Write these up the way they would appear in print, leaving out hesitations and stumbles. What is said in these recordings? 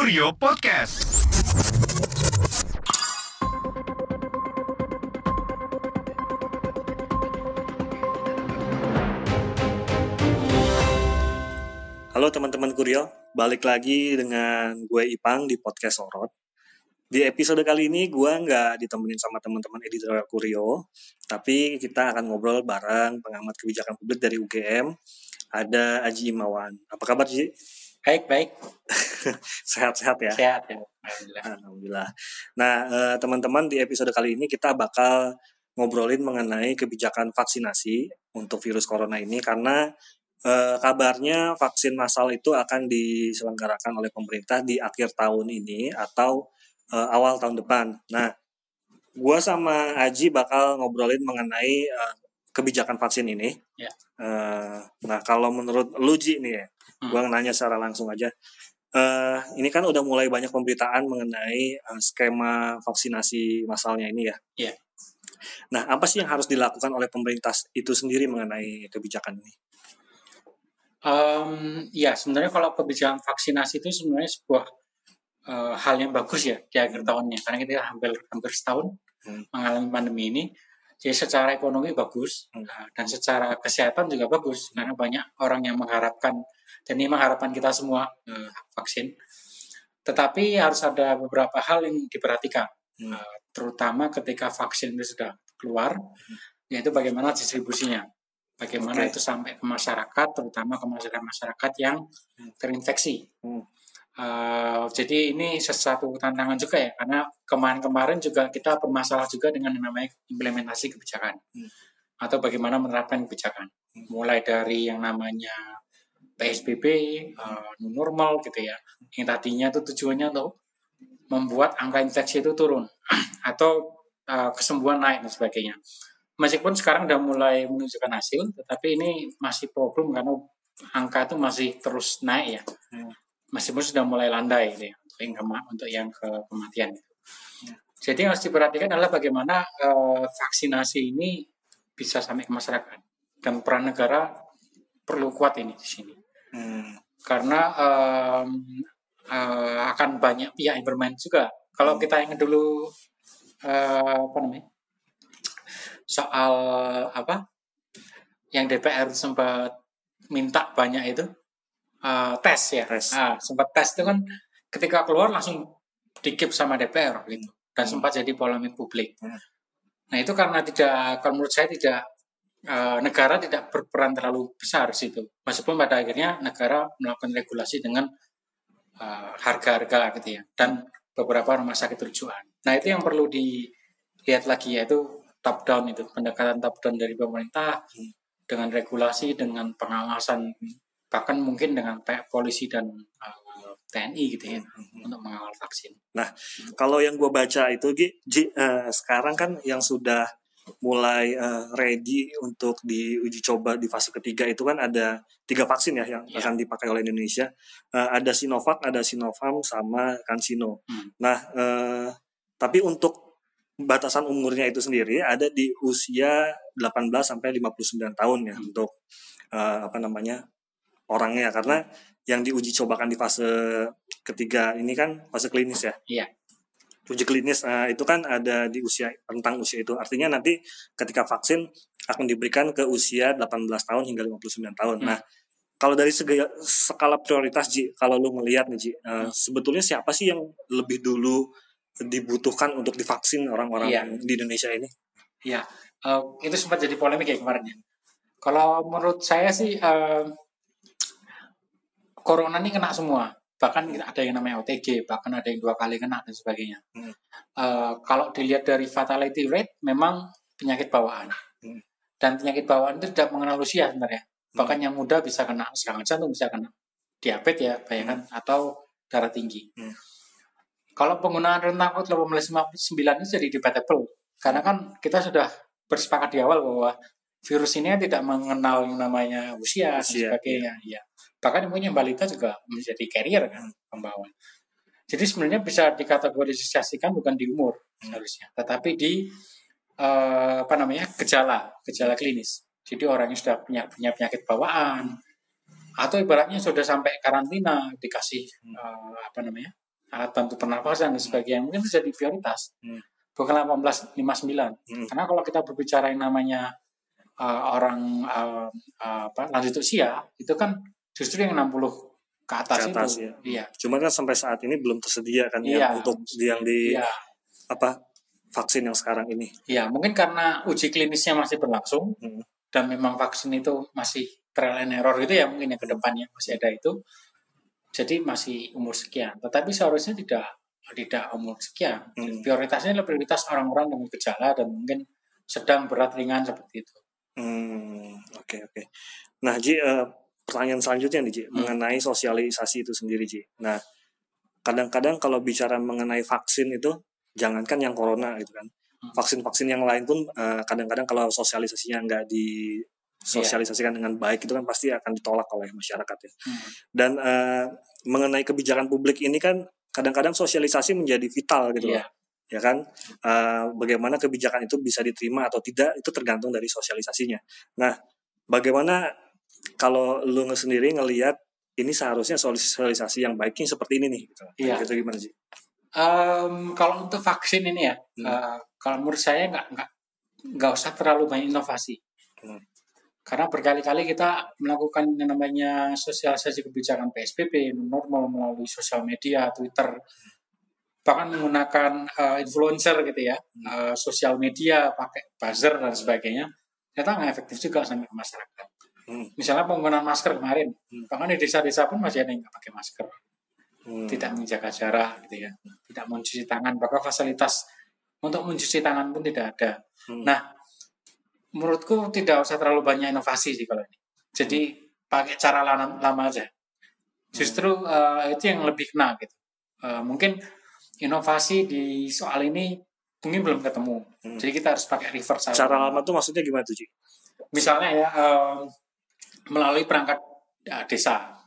Kurio Podcast. Halo teman-teman Kurio, balik lagi dengan gue Ipang di podcast Sorot. Di episode kali ini gue nggak ditemenin sama teman-teman editorial Kurio, tapi kita akan ngobrol bareng pengamat kebijakan publik dari UGM, ada Aji Imawan. Apa kabar Ji? Baik. Sehat-sehat ya? Sehat ya. Alhamdulillah. Nah teman-teman, di episode kali ini kita bakal ngobrolin mengenai kebijakan vaksinasi untuk virus corona ini, karena kabarnya vaksin massal itu akan diselenggarakan oleh pemerintah di akhir tahun ini atau awal tahun depan. Nah, gue sama Aji bakal ngobrolin mengenai kebijakan vaksin ini. Ya. Nah, kalau menurut lu Ji nih ya, gue nanya secara langsung aja. Ini kan udah mulai banyak pemberitaan mengenai skema vaksinasi massalnya ini ya. Iya. Nah, apa sih yang harus dilakukan oleh pemerintah itu sendiri mengenai kebijakan ini? Ya sebenarnya kalau kebijakan vaksinasi itu sebenarnya sebuah hal yang bagus ya di akhir tahunnya, karena kita hampir setahun mengalami pandemi ini. Jadi secara ekonomi bagus, dan secara kesehatan juga bagus, karena banyak orang yang mengharapkan, dan ini mengharapkan kita semua vaksin. Tetapi harus ada beberapa hal yang diperhatikan, terutama ketika vaksin itu sudah keluar, yaitu bagaimana distribusinya. Bagaimana itu sampai ke masyarakat, terutama ke masyarakat yang terinfeksi. Jadi ini sesuatu tantangan juga ya, karena kemarin juga kita bermasalah juga dengan yang namanya implementasi kebijakan, atau bagaimana menerapkan kebijakan. Mulai dari yang namanya PSBB, new normal gitu ya, yang tadinya itu tujuannya untuk membuat angka infeksi itu turun, atau kesembuhan naik dan sebagainya. Meskipun sekarang udah mulai menunjukkan hasil, tetapi ini masih problem karena angka itu masih terus naik ya. Meskipun sudah mulai landai gitu ya, untuk yang ke kematian. Jadi yang harus diperhatikan adalah bagaimana vaksinasi ini bisa sampai ke masyarakat, dan peran negara perlu kuat ini di sini. Karena akan banyak pihak yang bermain juga. Kalau kita ingat dulu soal yang DPR sempat minta banyak itu tes ya. Sempat tes itu kan ketika keluar langsung di-keep sama DPR gitu, dan sempat jadi polemik publik. Nah itu karena kalau menurut saya negara tidak berperan terlalu besar di situ, meskipun pada akhirnya negara melakukan regulasi dengan harga-harga gitu ya, dan beberapa rumah sakit rujukan. Nah itu yang perlu dilihat lagi, yaitu top down, itu pendekatan top down dari pemerintah dengan regulasi, dengan pengawasan, bahkan mungkin dengan polisi dan TNI gitu ya, untuk mengawal vaksin. Nah, kalau yang gue baca itu sekarang kan yang sudah mulai ready untuk diuji coba di fase ketiga itu kan ada 3 vaksin ya yang akan dipakai oleh Indonesia. Ada Sinovac, ada Sinopharm, sama CanSino. Nah, tapi untuk batasan umurnya itu sendiri ada di usia 18 sampai 59 tahun ya, untuk orangnya, karena yang diuji cobakan di fase ketiga ini kan fase klinis ya. Iya. Uji klinis itu kan ada di rentang usia itu. Artinya nanti ketika vaksin akan diberikan ke usia 18 tahun hingga 59 tahun. Nah, kalau dari skala prioritas Ji, kalau lu melihat nih Ji, sebetulnya siapa sih yang lebih dulu dibutuhkan untuk divaksin orang-orang di Indonesia ini? Iya, itu sempat jadi polemik ya kemarin ya. Kalau menurut saya sih corona ini kena semua. Bahkan ada yang namanya OTG, bahkan ada yang 2 kali kena dan sebagainya. Kalau dilihat dari fatality rate, memang penyakit bawaan. Dan penyakit bawaan itu tidak mengenal usia sebenarnya. Bahkan yang muda bisa kena serangan jantung, bisa kena diabetes ya, bayangkan, atau darah tinggi. Kalau penggunaan rentang 18-59 itu jadi debatable, karena kan kita sudah bersepakat di awal bahwa virus ini tidak mengenal yang namanya usia dan sebagainya. Ya. Bahkan mungkin yang balita juga menjadi carrier kan, pembawa. Jadi sebenarnya bisa dikategorisasikan bukan di umur seharusnya, tetapi di gejala klinis. Jadi orang yang sudah punya penyakit bawaan, atau ibaratnya sudah sampai karantina, dikasih alat bantu pernafasan dan sebagainya, mungkin itu jadi prioritas. Bukan 1859. Karena kalau kita berbicara yang namanya orang lanjut usia, itu kan justru yang 60 ke atas itu. Ya. Iya. Cuman kan sampai saat ini belum tersedia kan Iya. untuk yang di vaksin yang sekarang ini. Iya, mungkin karena uji klinisnya masih berlangsung dan memang vaksin itu masih trial and error gitu ya, mungkin yang ke depannya masih ada itu. Jadi masih umur sekian. Tetapi seharusnya tidak umur sekian. Prioritasnya adalah prioritas orang-orang dengan gejala dan mungkin sedang, berat, ringan seperti itu. Oke. Nah, Ji, pertanyaan selanjutnya nih, Ji, mengenai sosialisasi itu sendiri, Ji. Nah, kadang-kadang kalau bicara mengenai vaksin itu, jangankan yang corona gitu kan, vaksin-vaksin yang lain pun kadang-kadang kalau sosialisasinya nggak disosialisasikan dengan baik itu kan pasti akan ditolak oleh masyarakat ya. Dan mengenai kebijakan publik ini kan kadang-kadang sosialisasi menjadi vital gitu loh. Ya kan, bagaimana kebijakan itu bisa diterima atau tidak itu tergantung dari sosialisasinya. Nah, bagaimana kalau lu sendiri ngelihat ini seharusnya sosialisasi yang baiknya seperti ini nih gitu. Itu gimana sih? Kalau untuk vaksin ini ya, kalau menurut saya nggak usah terlalu banyak inovasi. Karena berkali-kali kita melakukan yang namanya sosialisasi kebijakan PSBB normal melalui sosial media, Twitter, bahkan menggunakan influencer gitu ya, sosial media, pakai buzzer dan sebagainya, ternyata nggak efektif juga sampai ke masyarakat. Misalnya penggunaan masker kemarin, bahkan di desa-desa pun masih ada yang nggak pakai masker, tidak menjaga jarak gitu ya, tidak mencuci tangan, bahkan fasilitas untuk mencuci tangan pun tidak ada. Nah, menurutku tidak usah terlalu banyak inovasi sih kalau ini. Jadi pakai cara lama aja. Justru itu yang lebih kena gitu. Mungkin inovasi di soal ini mungkin belum ketemu. Jadi kita harus pakai reverse. Cara lama tuh maksudnya gimana tuh, Ci? Misalnya ya melalui perangkat desa,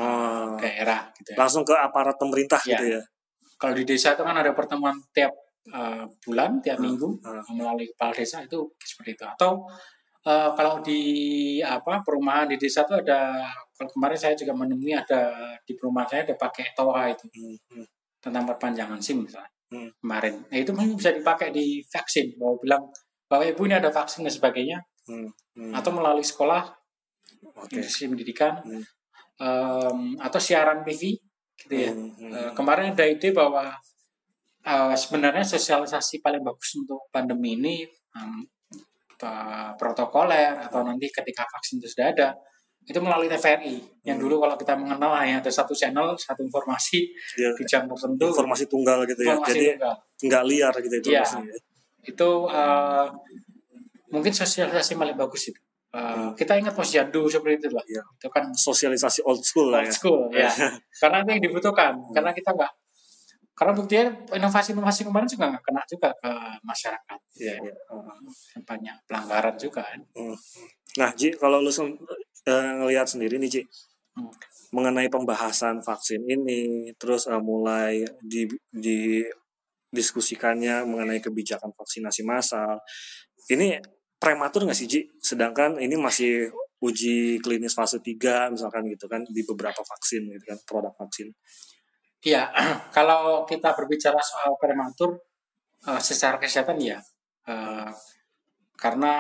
daerah gitu ya. Langsung ke aparat pemerintah gitu ya. Kalau di desa itu kan ada pertemuan tiap bulan, tiap minggu melalui kepala desa itu seperti itu. Atau kalau di perumahan di desa itu ada, kalau kemarin saya juga menemui ada di perumahan saya ada pakai toa itu tentang perpanjangan SIM misalnya kemarin. Nah itu mungkin bisa dipakai di vaksin, mau bilang bahwa ibu ini ada vaksin dan sebagainya, atau melalui sekolah, institusi pendidikan, atau siaran TV gitu ya. Kemarin ada ide bahwa sebenarnya sosialisasi paling bagus untuk pandemi ini protokoler atau nanti ketika vaksin itu sudah ada itu melalui TVRI yang dulu kalau kita mengenal hanya ada satu channel, satu informasi di jam tertentu, informasi tunggal gitu ya, jadi nggak liar gitu itu. Itu mungkin sosialisasi paling bagus itu. Kita ingat posyandu seperti itu lah. Itu kan sosialisasi old school lah ya. Karena itu yang dibutuhkan. Karena kita karena buktinya inovasi kemarin juga nggak kena juga ke masyarakat. Banyak pelanggaran juga kan. Nah, Ji, kalau lu ngelihat sendiri nih, Ji, mengenai pembahasan vaksin ini, terus mulai didiskusikannya mengenai kebijakan vaksinasi massal, ini prematur nggak sih, Ji? Sedangkan ini masih uji klinis fase 3 misalkan gitu kan di beberapa vaksin gitu kan, produk vaksin. Iya, kalau kita berbicara soal prematur secara kesehatan ya, karena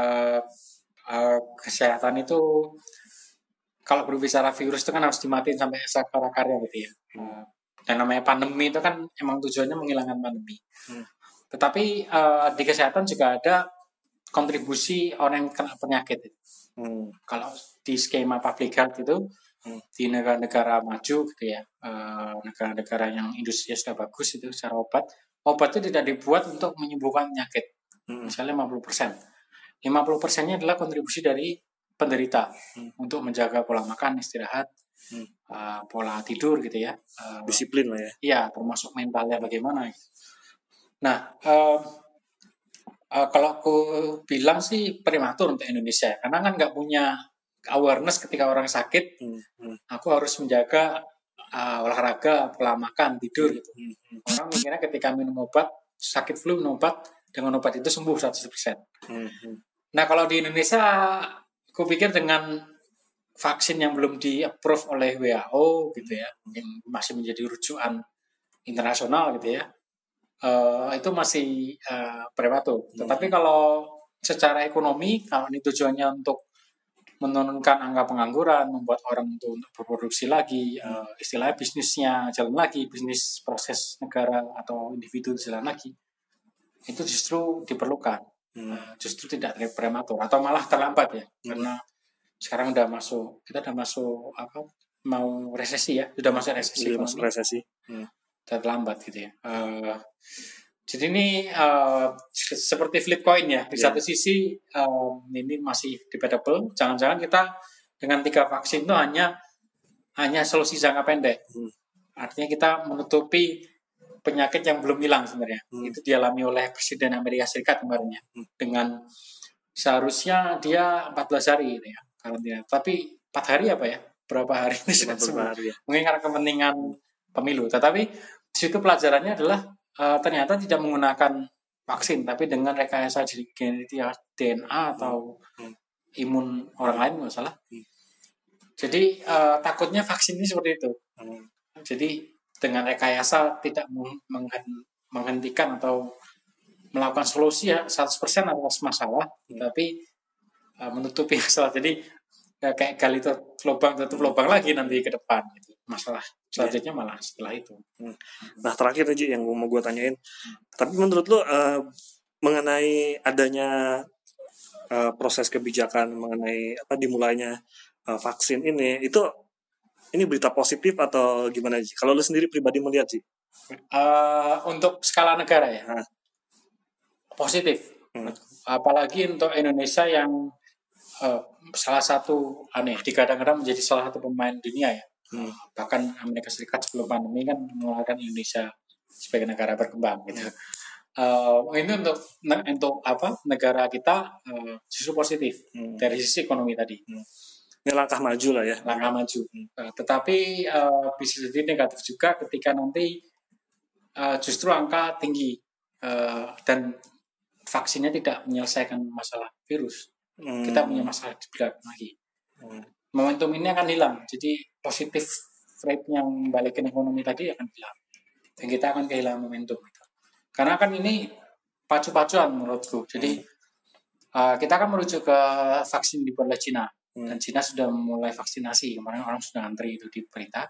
kesehatan itu kalau berbicara virus itu kan harus dimatiin sampai sakarakarnya gitu ya. Dan namanya pandemi itu kan emang tujuannya menghilangkan pandemi. Tetapi di kesehatan juga ada kontribusi orang yang kena penyakit. Kalau di skema public health itu di negara-negara maju gitu ya, negara-negara yang industrinya sudah bagus itu secara obat itu tidak dibuat untuk menyembuhkan penyakit. Misalnya 50%. 50%-nya adalah kontribusi dari penderita untuk menjaga pola makan, istirahat, pola tidur gitu ya. Disiplin lah ya. Iya, termasuk mentalnya bagaimana. Nah, kalau aku bilang sih prematur untuk Indonesia, karena kan nggak punya awareness ketika orang sakit, aku harus menjaga olahraga, pola makan, tidur gitu. Orang mikirnya ketika minum obat, sakit flu minum obat, dengan obat itu sembuh 100%. Nah kalau di Indonesia, aku pikir dengan vaksin yang belum di-approve oleh WHO gitu ya, yang masih menjadi rujukan internasional gitu ya, itu masih prematur. Tetapi kalau secara ekonomi, kalau ini tujuannya untuk menurunkan angka pengangguran, membuat orang untuk berproduksi lagi, istilahnya bisnisnya jalan lagi, bisnis proses negara atau individu jalan lagi, itu justru diperlukan. Justru tidak prematur atau malah terlambat ya, karena sekarang kita udah masuk mau resesi ya, sudah masuk resesi. Masuk resesi. Terlambat gitu ya. Jadi ini seperti flip coin ya. Di satu sisi ini masih debatable. Jangan-jangan kita dengan 3 vaksin itu hanya solusi jangka pendek. Artinya kita menutupi penyakit yang belum hilang sebenarnya. Itu dialami oleh Presiden Amerika Serikat kemarin ya. Dengan seharusnya dia 14 hari gitu ya karantina. Tapi 4 hari apa ya? Berapa hari itu sudah semua. Ya. Mungkin karena kepentingan pemilu. Tetapi di situ pelajarannya adalah ternyata tidak menggunakan vaksin, tapi dengan rekayasa genetik DNA atau imun orang lain nggak salah. Jadi takutnya vaksin ini seperti itu. Jadi dengan rekayasa tidak menghentikan atau melakukan solusi ya 100% atas masalah, tapi menutupi masalah. Jadi kayak gali tutup lubang lagi nanti ke depan gitu. Masalah selanjutnya malah setelah itu. Nah terakhir aja yang mau gue tanyain, tapi menurut lo mengenai adanya proses kebijakan mengenai dimulainya vaksin ini berita positif atau gimana sih? Kalau lo sendiri pribadi melihat sih? Untuk skala negara ya, positif. Apalagi untuk Indonesia yang salah satu digadang-gadang menjadi salah satu pemain dunia ya. Bahkan Amerika Serikat sebelum pandemi kan mengeluarkan Indonesia sebagai negara berkembang gitu. Ini untuk negara kita justru positif dari sisi ekonomi tadi. Ini langkah maju lah ya. Langkah maju. Tetapi bisa jadi negatif juga ketika nanti justru angka tinggi dan vaksinnya tidak menyelesaikan masalah virus. Kita punya masalah berat lagi. Momentum ini akan hilang. Jadi positif rate yang balikin ekonomi tadi akan hilang. Dan kita akan kehilangan momentum itu. Karena kan ini pacu-pacuan menurutku. Jadi kita akan merujuk ke vaksin dibuat oleh Cina. Dan Cina sudah mulai vaksinasi. Kemarin orang sudah antri itu di berita.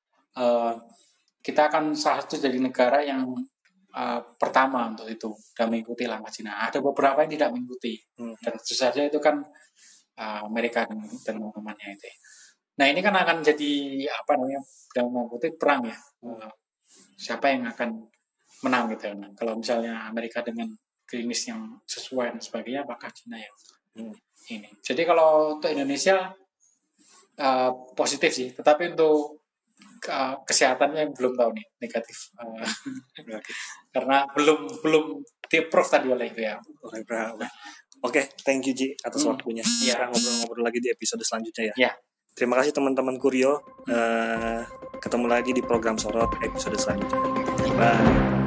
Kita akan salah satu dari negara yang pertama untuk itu dan mengikuti langkah Cina. Ada beberapa yang tidak mengikuti. Dan tentu saja itu kan Amerika dan teman-temannya itu. Nah ini kan akan jadi dalam kutip perang ya. Siapa yang akan menang gitu. Nah, kalau misalnya Amerika dengan klinis yang sesuai dan sebagainya, apakah Cina yang ini? Jadi kalau untuk Indonesia positif sih, tetapi untuk kesehatannya belum tahu nih negatif. Karena belum di-approve tadi oleh WHO. Oke, thank you Ji atas waktunya. Kita ngobrol-ngobrol lagi di episode selanjutnya ya. Terima kasih teman-teman Kurio. Ketemu lagi di program Sorot episode selanjutnya. Bye.